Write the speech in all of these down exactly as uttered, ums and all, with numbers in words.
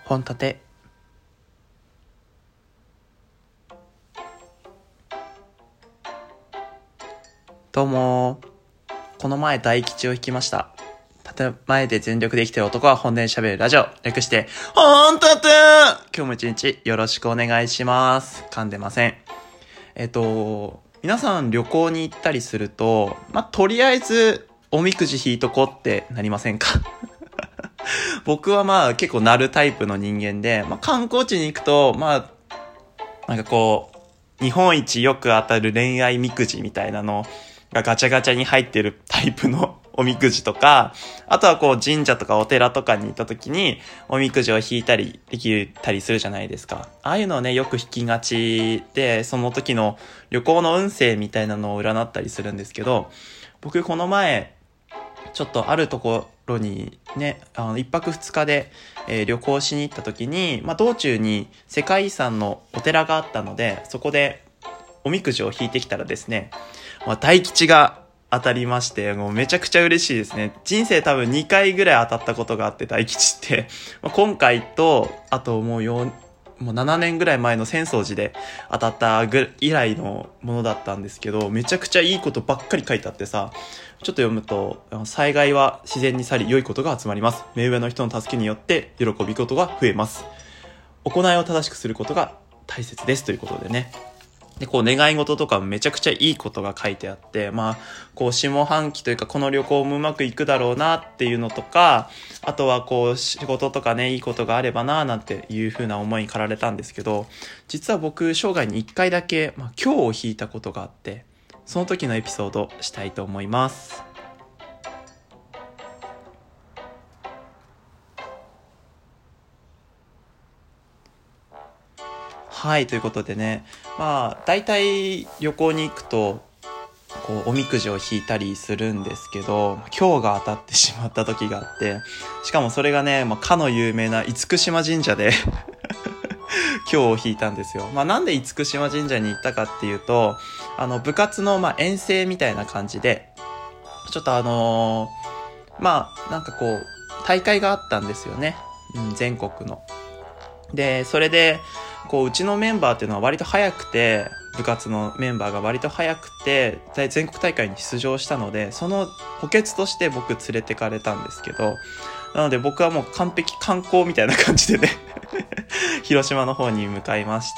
本立て。どうも、この前大吉を引きました。建前で全力で生きてる男は本音で喋るラジオ、略して本立て。今日も一日よろしくお願いします。噛んでません。えっと皆さん旅行に行ったりすると、まあ、とりあえずおみくじ引いとこってなりませんか？僕はまあ結構なるタイプの人間で、まあ、観光地に行くと、まあなんかこう日本一よく当たる恋愛みくじみたいなのがガチャガチャに入ってるタイプのおみくじとか、あとはこう神社とかお寺とかに行った時におみくじを引いたりできたりするじゃないですか。ああいうのをねよく引きがちで、その時の旅行の運勢みたいなのを占ったりするんですけど、僕この前ちょっとあるところにね、あの一泊二日で、えー、旅行しに行った時に、まあ、道中に世界遺産のお寺があったので、そこでおみくじを引いてきたらですね、まあ、大吉が当たりまして、もうめちゃくちゃ嬉しいですね。人生多分にかいぐらい当たったことがあって、大吉って、まあ、今回とあともうよもうななねんぐらい前の浅草寺で当たったぐ以来のものだったんですけど、めちゃくちゃいいことばっかり書いてあってさ、ちょっと読むと、災害は自然に去り良いことが集まります。目上の人の助けによって喜び事が増えます。行いを正しくすることが大切ですということでね。で、こう願い事とかもめちゃくちゃいいことが書いてあって、まあ、こう下半期というかこの旅行もうまくいくだろうなっていうのとか、あとはこう仕事とかね、いいことがあればななんていう風な思いに駆られたんですけど、実は僕生涯にいっかいだけ、まあ、今日を引いたことがあって、その時のエピソードしたいと思います。はい、ということでね、まあ大体旅行に行くとこうおみくじを引いたりするんですけど、今日が当たってしまった時があって、しかもそれがね、まあ、かの有名な厳島神社で今日を引いたんですよ。まあなんで厳島神社に行ったかっていうと、あの部活のまあ遠征みたいな感じで、ちょっとあのー、まあなんかこう大会があったんですよね、うん、全国の。でそれでこううちのメンバーっていうのは割と早くて、部活のメンバーが割と早くて全国大会に出場したので、その補欠として僕連れてかれたんですけど、なので僕はもう完璧観光みたいな感じでね広島の方に向かいまして、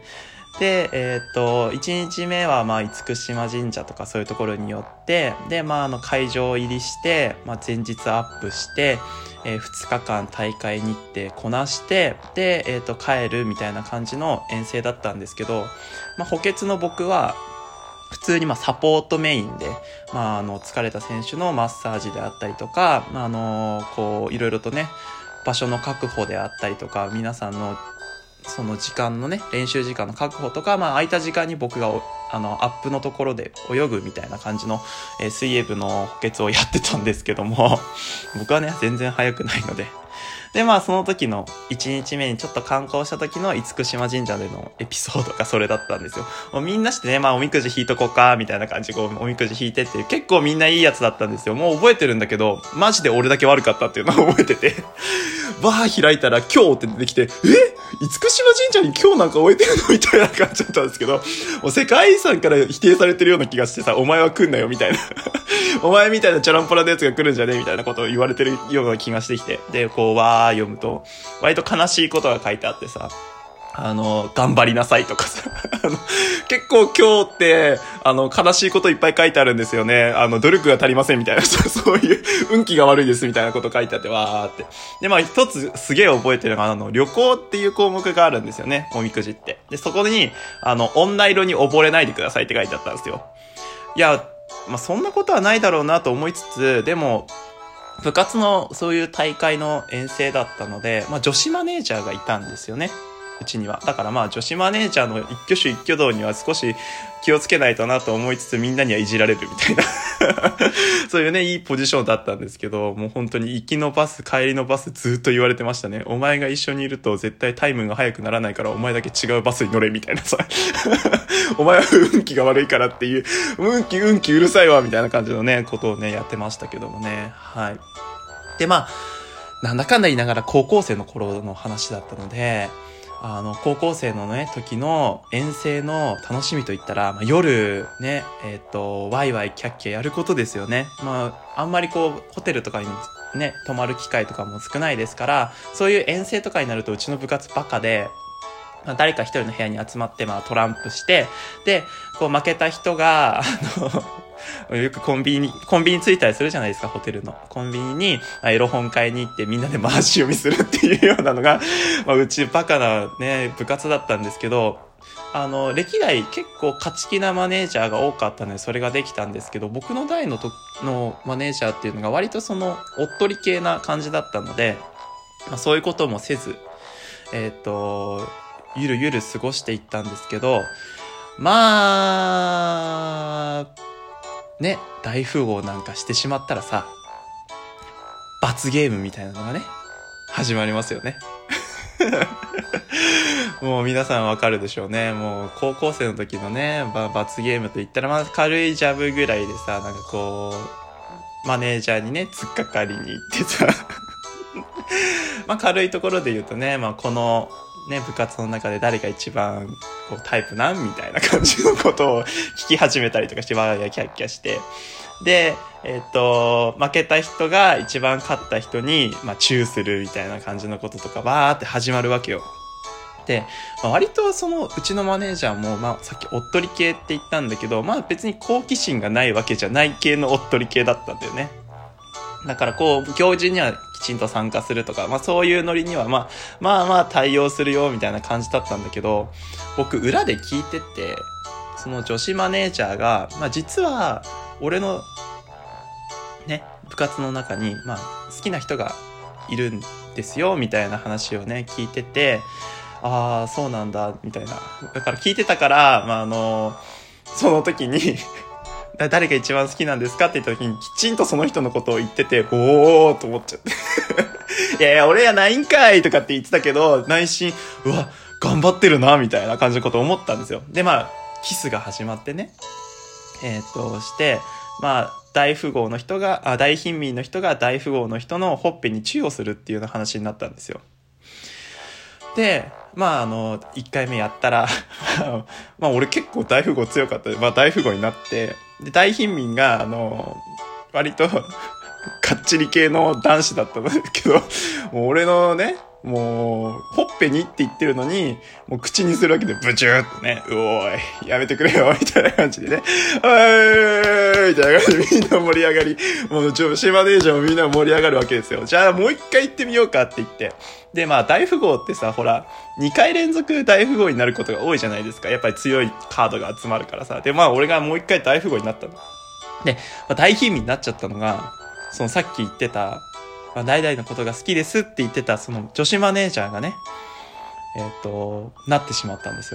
でえっといちにちめはまあ厳島神社とかそういうところに寄って、でまああの会場入りして、まあ、前日アップして、えー、ふつかかん大会日程こなして、で、えー、と帰るみたいな感じの遠征だったんですけど、まあ、補欠の僕は普通にまあサポートメインで、まあ、あの疲れた選手のマッサージであったりとか、まあ、あのこういろいろとね場所の確保であったりとか、皆さんのその時間のね練習時間の確保とか、まあ空いた時間に僕があのアップのところで泳ぐみたいな感じの、えー、水泳部の補欠をやってたんですけども僕はね全然早くないので、でまあその時のいちにちめにちょっと観光した時の厳島神社でのエピソードがそれだったんですよ。もうみんなしてね、まあおみくじ引いとこうかみたいな感じでこうおみくじ引いてっていう、結構みんないいやつだったんですよ。もう覚えてるんだけど、マジで俺だけ悪かったっていうのを覚えててバー開いたら今日って出てきて、え厳島神社に今日なんか終えてるのみたいな感じだったんですけど、もう世界遺産から否定されてるような気がしてさ、お前は来んなよみたいなお前みたいなチャランポラのやつが来るんじゃねえみたいなことを言われてるような気がしてきて、でこうわー読むと割と悲しいことが書いてあってさ、あの頑張りなさいとかさあの結構今日ってあの悲しいこといっぱい書いてあるんですよね。あの努力が足りませんみたいなそういう運気が悪いですみたいなこと書いてあって、わーって。でまあ一つすげえ覚えてるのが、あの旅行っていう項目があるんですよね、おみくじって。でそこにあの女色に溺れないでくださいって書いてあったんですよ。いやまあそんなことはないだろうなと思いつつ、でも部活のそういう大会の遠征だったので、まあ女子マネージャーがいたんですよね、うちには。だからまあ女子マネージャーの一挙手一挙動には少し気をつけないとなと思いつつ、みんなにはいじられるみたいなそういうねいいポジションだったんですけど、もう本当に行きのバス帰りのバスずっと言われてましたね。お前が一緒にいると絶対タイムが速くならないから、お前だけ違うバスに乗れみたいなさお前は運気が悪いからっていう、運気運気うるさいわみたいな感じのねことをねやってましたけどもね。はい。でまあなんだかんだ言いながら高校生の頃の話だったので、あの、高校生のね、時の遠征の楽しみといったら、まあ、夜ね、えっと、ワイワイキャッキャやることですよね。まあ、あんまりこう、ホテルとかにね、泊まる機会とかも少ないですから、そういう遠征とかになるとうちの部活バカで、まあ、誰か一人の部屋に集まって、まあ、トランプして、で、こう負けた人が、あの、よくコンビニ、コンビニ着いたりするじゃないですか、ホテルの。コンビニに、まあ、エロ本買いに行ってみんなで回し読みするっていうようなのが、まあ、うちバカなね、部活だったんですけど、あの、歴代結構勝ち気なマネージャーが多かったので、それができたんですけど、僕の代のとのマネージャーっていうのが割とその、おっとり系な感じだったので、まあ、そういうこともせず、えっと、ゆるゆる過ごしていったんですけど、まあ、ね、大富豪なんかしてしまったらさ、罰ゲームみたいなのがね、始まりますよね。もう皆さんわかるでしょうね。もう高校生の時のね、罰ゲームと言ったら、まあ軽いジャブぐらいでさ、なんかこう、マネージャーにね、突っかかりに行ってさ、まあ軽いところで言うとね、まあこの、ね、部活の中で誰が一番こうタイプなんみたいな感じのことを聞き始めたりとかして、わーやキャッキャして。で、えっと、負けた人が一番勝った人に、まあ、チューするみたいな感じのこととか、わーって始まるわけよ。で、まあ、割とその、うちのマネージャーも、まあ、さっきおっとり系って言ったんだけど、まあ別に好奇心がないわけじゃない系のおっとり系だったんだよね。だからこう、行事にはきちんと参加するとか、まあそういうノリにはまあ、まあまあ対応するよみたいな感じだったんだけど、僕裏で聞いてて、その女子マネージャーが、まあ実は、俺の、ね、部活の中に、まあ好きな人がいるんですよ、みたいな話をね、聞いてて、ああ、そうなんだ、みたいな。だから聞いてたから、まああの、その時に、誰が一番好きなんですかって言った時にきちんとその人のことを言ってて、おーと思っちゃって。いやいや、俺やないんかいとかって言ってたけど、内心、うわ、頑張ってるな、みたいな感じのことを思ったんですよ。で、まあ、キスが始まってね。えー、っと、して、まあ、大富豪の人が、あ、大貧民の人が大富豪の人のほっぺにチューをするっていうような話になったんですよ。で、まああの、一回目やったら、まあ俺結構大富豪強かったで、まあ大富豪になって、で、大貧民が、あの、割と、かっちり系の男子だったんだけど、もう俺のね、もう、ほっぺにって言ってるのに、もう口にするわけでブチューってね、うおーい、やめてくれよ、みたいな感じでね、おーい、みたいな感じでみんな盛り上がり、もう女子マネージャーもみんな盛り上がるわけですよ。じゃあもう一回行ってみようかって言って。で、まあ大富豪ってさ、ほら、にかい連続大富豪になることが多いじゃないですか。やっぱり強いカードが集まるからさ。で、まあ俺がもう一回大富豪になったの。で、まあ、大貧民になっちゃったのが、そのさっき言ってた、まあ、代々のことが好きですって言ってた、その女子マネージャーがね、えっと、なってしまったんですよ。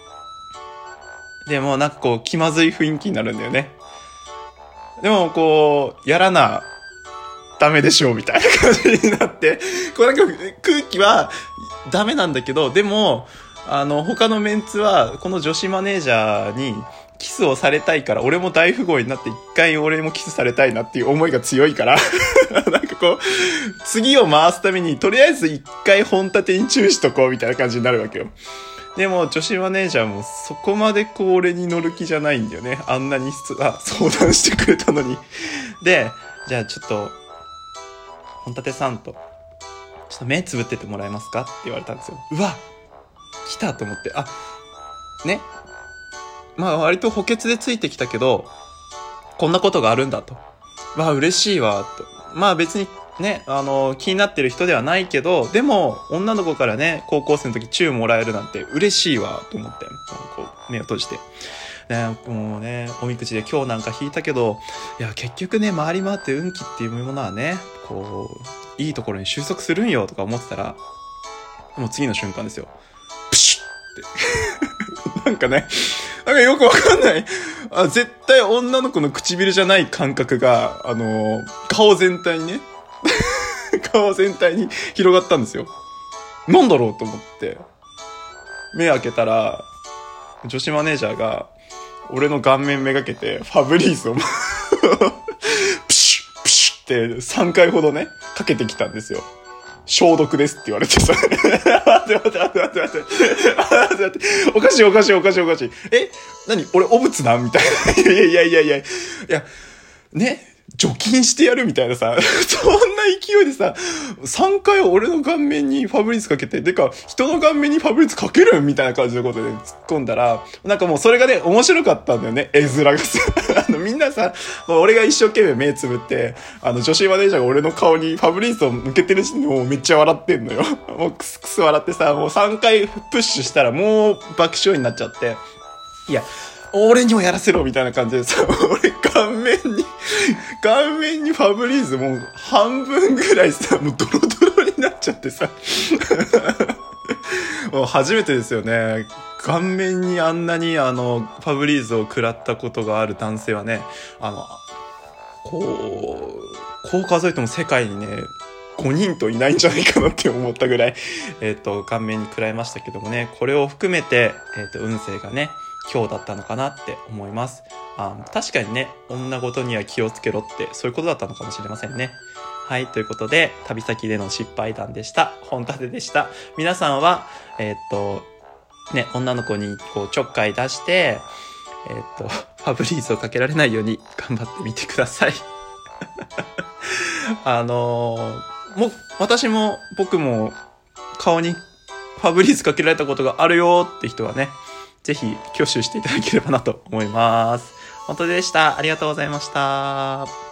で、もうなんかこう、気まずい雰囲気になるんだよね。でもこう、やらな、ダメでしょうみたいな感じになって、こうなんか空気はダメなんだけど、でも、あの、他のメンツは、この女子マネージャーに、キスをされたいから、俺も大富豪になって一回俺もキスされたいなっていう思いが強いから、なんかこう、次を回すために、とりあえず一回本立てにチューしとこうみたいな感じになるわけよ。でも、女子マネージャーもそこまでこう俺に乗る気じゃないんだよね。あんなにあ相談してくれたのに。で、じゃあちょっと、本立てさんと、ちょっと目つぶっててもらえますかって言われたんですよ。うわ来たと思って、あ、ね。まあ割と補欠でついてきたけど、こんなことがあるんだと。わあ嬉しいわ、と。まあ別にね、あの、気になってる人ではないけど、でも女の子からね、高校生の時チューもらえるなんて嬉しいわ、と思って、こう目を閉じて。ね、もうね、おみくじで今日なんか引いたけど、いや結局ね、回り回って運気っていうものはね、こう、いいところに収束するんよとか思ってたら、もう次の瞬間ですよ。プシュッって。なんかね、なんかよくわかんない。あ、絶対女の子の唇じゃない感覚が、あのー、顔全体にね、顔全体に広がったんですよ。なんだろうと思って、目開けたら、女子マネージャーが、俺の顔面めがけて、ファブリーズを、プシュップシュッってさんかいほどね、かけてきたんですよ。 消毒ですって言われてさ。待って待って待って待って待って。待って待って。おかしいおかしいおかしいおかしい。え何俺お仏なんみたいな。いやいやいやいやいや。ね除菌してやるみたいなさ、そんな勢いでさ、さんかい俺の顔面にファブリーズかけて、でか、人の顔面にファブリーズかけるみたいな感じのことで突っ込んだら、なんかもうそれがね、面白かったんだよね、絵面がさ。あの、みんなさ、俺が一生懸命目つぶって、あの、女子マネージャーが俺の顔にファブリーズを向けてるし、もうめっちゃ笑ってんのよ。もうクスクス笑ってさ、もうさんかいプッシュしたらもう爆笑になっちゃって、いや、俺にもやらせろみたいな感じでさ、俺顔面に、顔面にファブリーズもう半分ぐらいさ、もうドロドロになっちゃってさ、もう初めてですよね。顔面にあんなにあの、ファブリーズを食らったことがある男性はね、あの、こう、こう数えても世界にね、ごにんといないんじゃないかなって思ったぐらい、えっと、顔面に食らいましたけどもね、これを含めて、えっと、運勢がね、今日だったのかなって思います。あ、確かにね、女ごとには気をつけろってそういうことだったのかもしれませんね。はい、ということで旅先での失敗談でした。本立てでした。皆さんはえー、っとね女の子にこうちょっかい出してえー、っとファブリーズをかけられないように頑張ってみてください。あのー、も私も僕も顔にファブリーズかけられたことがあるよって人はね。ぜひ挙手していただければなと思います。本当でした。ありがとうございました。